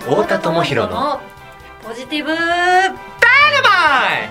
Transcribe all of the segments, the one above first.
太田智博のポジティブダイナマイ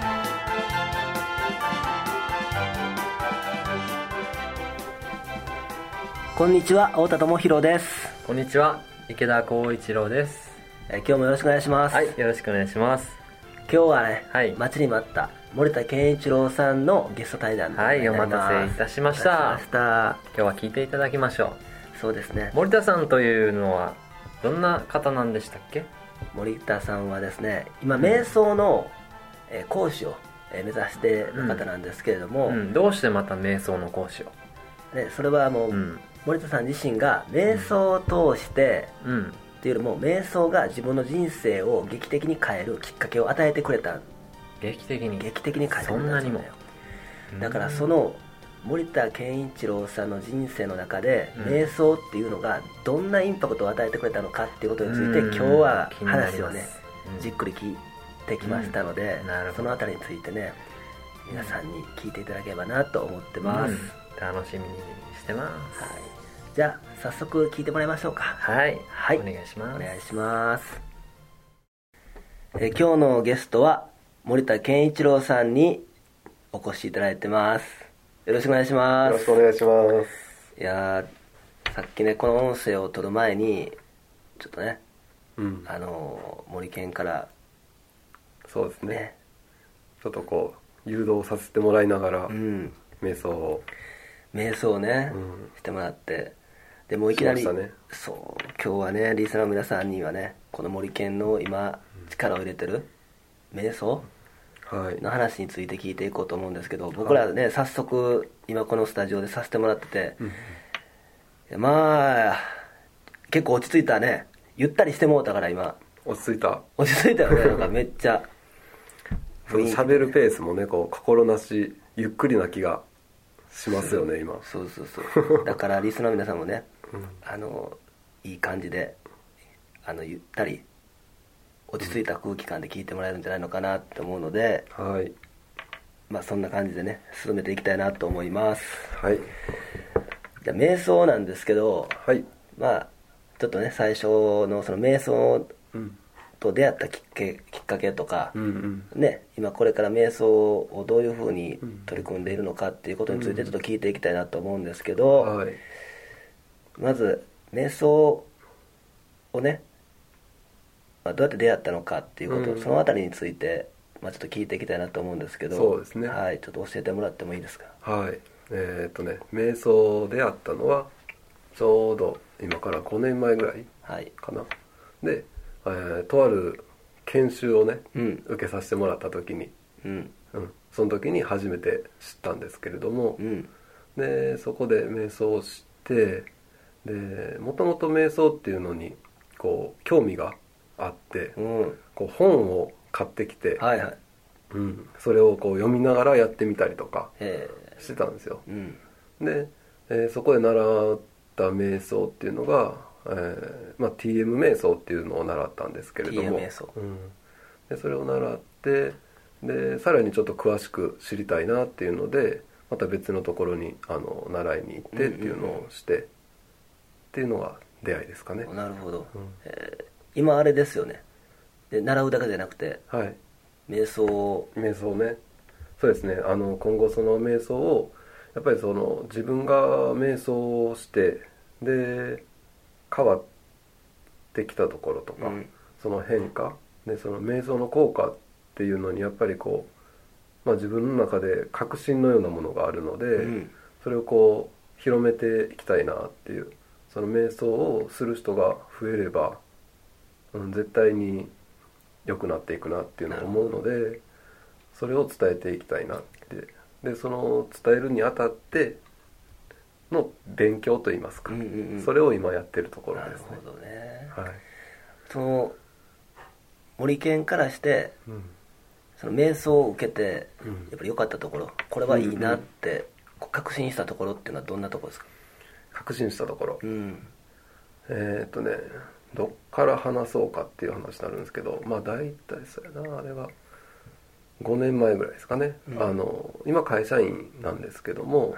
こんにちは、太田智博です。 こんにちは、池田光一郎です。 今日もよろしくお願いします。 はい、よろしくお願いします。 今日はね、 はい、 待ちに待った森田健一郎さんのゲスト対談でございます。 はい、お待たせいたしました。 今日は聞いていただきましょう。そうですね。 森田さんというのはどんな方なんでしたっけ？ 森田さんはですね、今瞑想の講師を目指している方なんですけれども、 どうしてまた瞑想の講師を？ それはもう、森田さん自身が瞑想を通して、っていうよりも瞑想が自分の人生を劇的に変えるきっかけを与えてくれた。 劇的に変えてくれた。 そんなにも。だからその森田健一郎さんの人生の中で、瞑想っていうのがどんなインパクトを与えてくれたのかっていうことについて、今日は話をね、じっくり聞いてきましたので、そのあたりについてね、皆さんに聞いていただければなと思ってます。 楽しみにしてます。 はい、じゃあ早速聞いてもらいましょうか。 はい、お願いします。 お願いします。今日のゲストは森田健一郎さんにお越しいただいてます。よろしくお願いします。 よろしくお願いします。 いやさっきね、この音声を撮る前にちょっとね、森健からそうですね、ちょっとこう誘導させてもらいながら、瞑想をね、してもらって、でもいきなり、 ね、 そう今日はね、リスナーの皆さんにはね、この森健の今力を入れてる瞑想の話について聞いていこうと思うんですけど、僕らね、早速今このスタジオでさせてもらってて、まあ結構落ち着いたね、ゆったりしてもうたから今落ち着いたよね。なんかめっちゃ喋るペースもね、こう心なしゆっくりな気がしますよね今。 そうだからリスナーの皆さんもね、いい感じでゆったり落ち着いた空気感で聞いてもらえるんじゃないのかなって思うので、まあそんな感じでね進めていきたいなと思います。じゃあ瞑想なんですけど、まあちょっとね、最初のその瞑想と出会ったきっかけとか、ね、今これから瞑想をどういうふうに取り組んでいるのかっていうことについてちょっと聞いていきたいなと思うんですけど、まず瞑想をね、どうやって出会ったのかっていうこと、そのあたりについて、ちょっと聞いていきたいなと思うんですけど、 そうですね、 ちょっと教えてもらってもいいですか？ 瞑想出会ったのはちょうど今から5年前ぐらいかな、で、とある研修をね、受けさせてもらった時に、その時に初めて知ったんですけれども、でそこで瞑想をして、でもともと瞑想っていうのにこう興味があって、こう本を買ってきて、それをこう読みながらやってみたりとかしてたんですよ。で、そこで習った瞑想っていうのが、TM 瞑想っていうのを習ったんですけれども、でそれを習って、でさらにちょっと詳しく知りたいなっていうので、また別のところに習いに行ってっていうのをして、っていうのが出会いですかね。 なるほど。今あれですよね、で習うだけじゃなくて、瞑想ね、そうですね、今後その瞑想をやっぱりその自分が瞑想をしてで変わってきたところとか、その変化で、その瞑想の効果っていうのにやっぱりこう、自分の中で確信のようなものがあるので、それをこう広めていきたいなっていう、その瞑想をする人が増えれば、絶対に良くなっていくなっていうのを思うので、それを伝えていきたいなって、でその伝えるにあたっての勉強といいますか、それを今やってるところですね。 なるほどね。その森健からして、その瞑想を受けて、やっぱり良かったところ、これはいいなって確信したところっていうのはどんなところですか？ 確信したところ、どっから話そうかっていう話になるんですけど、大体そうやな、あれは5年前ぐらいですかね、今会社員なんですけども、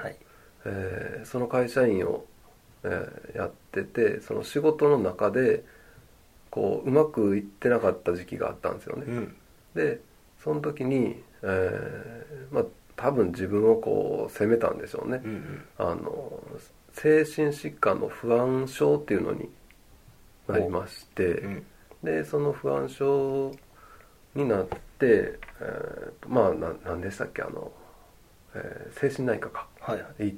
その会社員をやってて、その仕事の中でこううまくいってなかった時期があったんですよね、でその時に、まあ多分自分をこう責めたんでしょうね、精神疾患の不安症っていうのになりまして、でその不安症になって、まあ何でしたっけ、精神内科か、行って、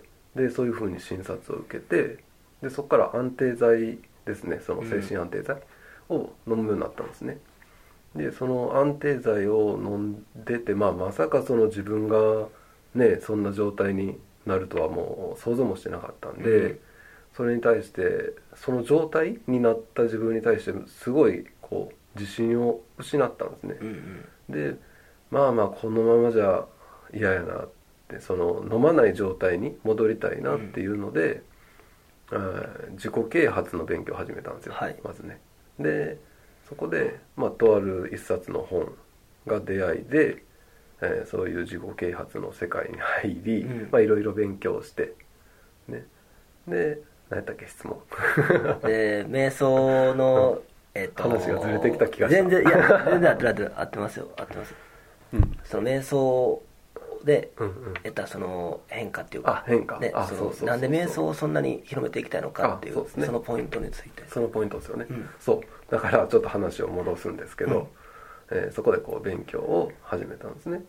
でそういうふうに診察を受けて、でそこから安定剤ですね、その精神安定剤を飲むようになったんですね。でその安定剤を飲んでて、まさかその自分がねそんな状態になるとはもう想像もしてなかったんで、それに対してその状態になった自分に対してすごいこう自信を失ったんですね、でこのままじゃ嫌やなって、その飲まない状態に戻りたいなっていうので、自己啓発の勉強を始めたんですよ、まずね。でそこで、とある一冊の本が出会いで、そういう自己啓発の世界に入り、いろいろ勉強して、ね、で何やったっけ質問で瞑想の、 話がずれてきた気がした。 全然合ってますよ、その瞑想で得たその変化っていうか、なんで瞑想をそんなに広めていきたいのかっていう、そのポイントについて。 そのポイントですよね、そうだからちょっと話を戻すんですけど、そこでこう勉強を始めたんですね。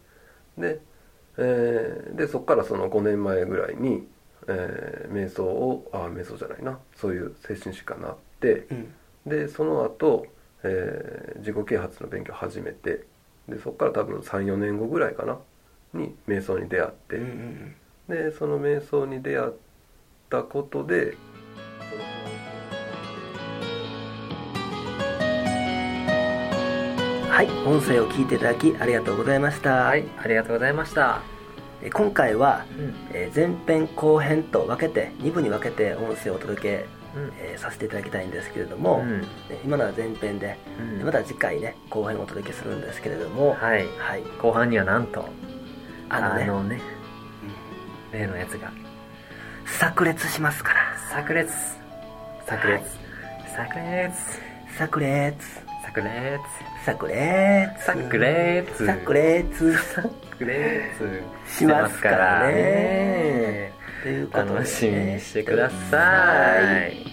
でそこからその5年前ぐらいに、瞑想じゃないな、そういう精神疾患になって、でその後、自己啓発の勉強を始めて、でそこから多分 3,4 年後ぐらいかなに瞑想に出会って、でその瞑想に出会ったことで、 はい、音声を聞いていただきありがとうございました。 はい、ありがとうございました。 今回は、前編後編と分けて2部に分けて音声をお届け、させていただきたいんですけれども、今のは前編で、また次回ね後編をお届けするんですけれども、 後半にはなんと例のやつが炸裂しますから。 炸裂しますからね。楽しみにしてください。